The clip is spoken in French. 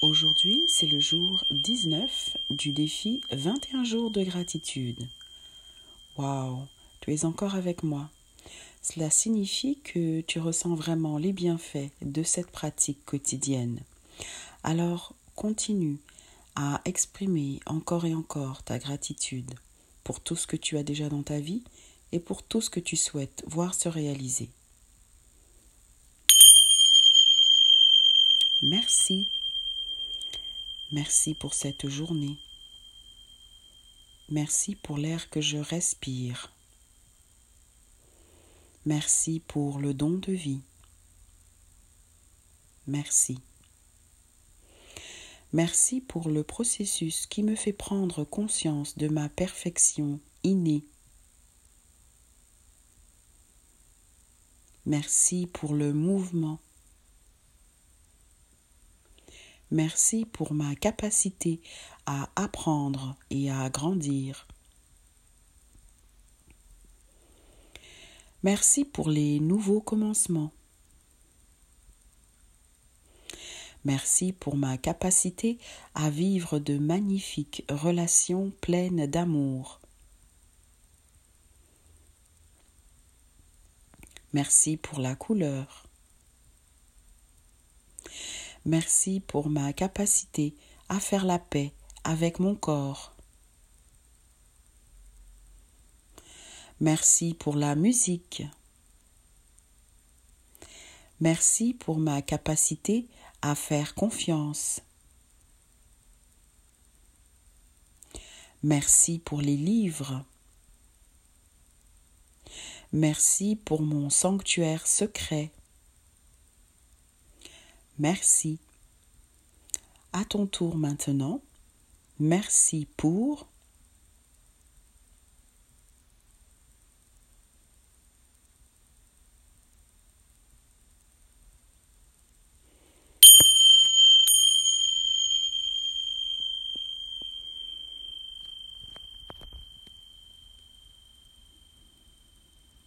Aujourd'hui, c'est le jour 19 du défi 21 jours de gratitude. Waouh, tu es encore avec moi. Cela signifie que tu ressens vraiment les bienfaits de cette pratique quotidienne. Alors, continue à exprimer encore et encore ta gratitude pour tout ce que tu as déjà dans ta vie et pour tout ce que tu souhaites voir se réaliser. Merci. Merci pour cette journée. Merci pour l'air que je respire. Merci pour le don de vie. Merci. Merci pour le processus qui me fait prendre conscience de ma perfection innée. Merci pour le mouvement. Merci pour ma capacité à apprendre et à grandir. Merci pour les nouveaux commencements. Merci pour ma capacité à vivre de magnifiques relations pleines d'amour. Merci pour la couleur. Merci pour ma capacité à faire la paix avec mon corps. Merci pour la musique. Merci pour ma capacité à faire confiance. Merci pour les livres. Merci pour mon sanctuaire secret. Merci. À ton tour maintenant. Merci pour...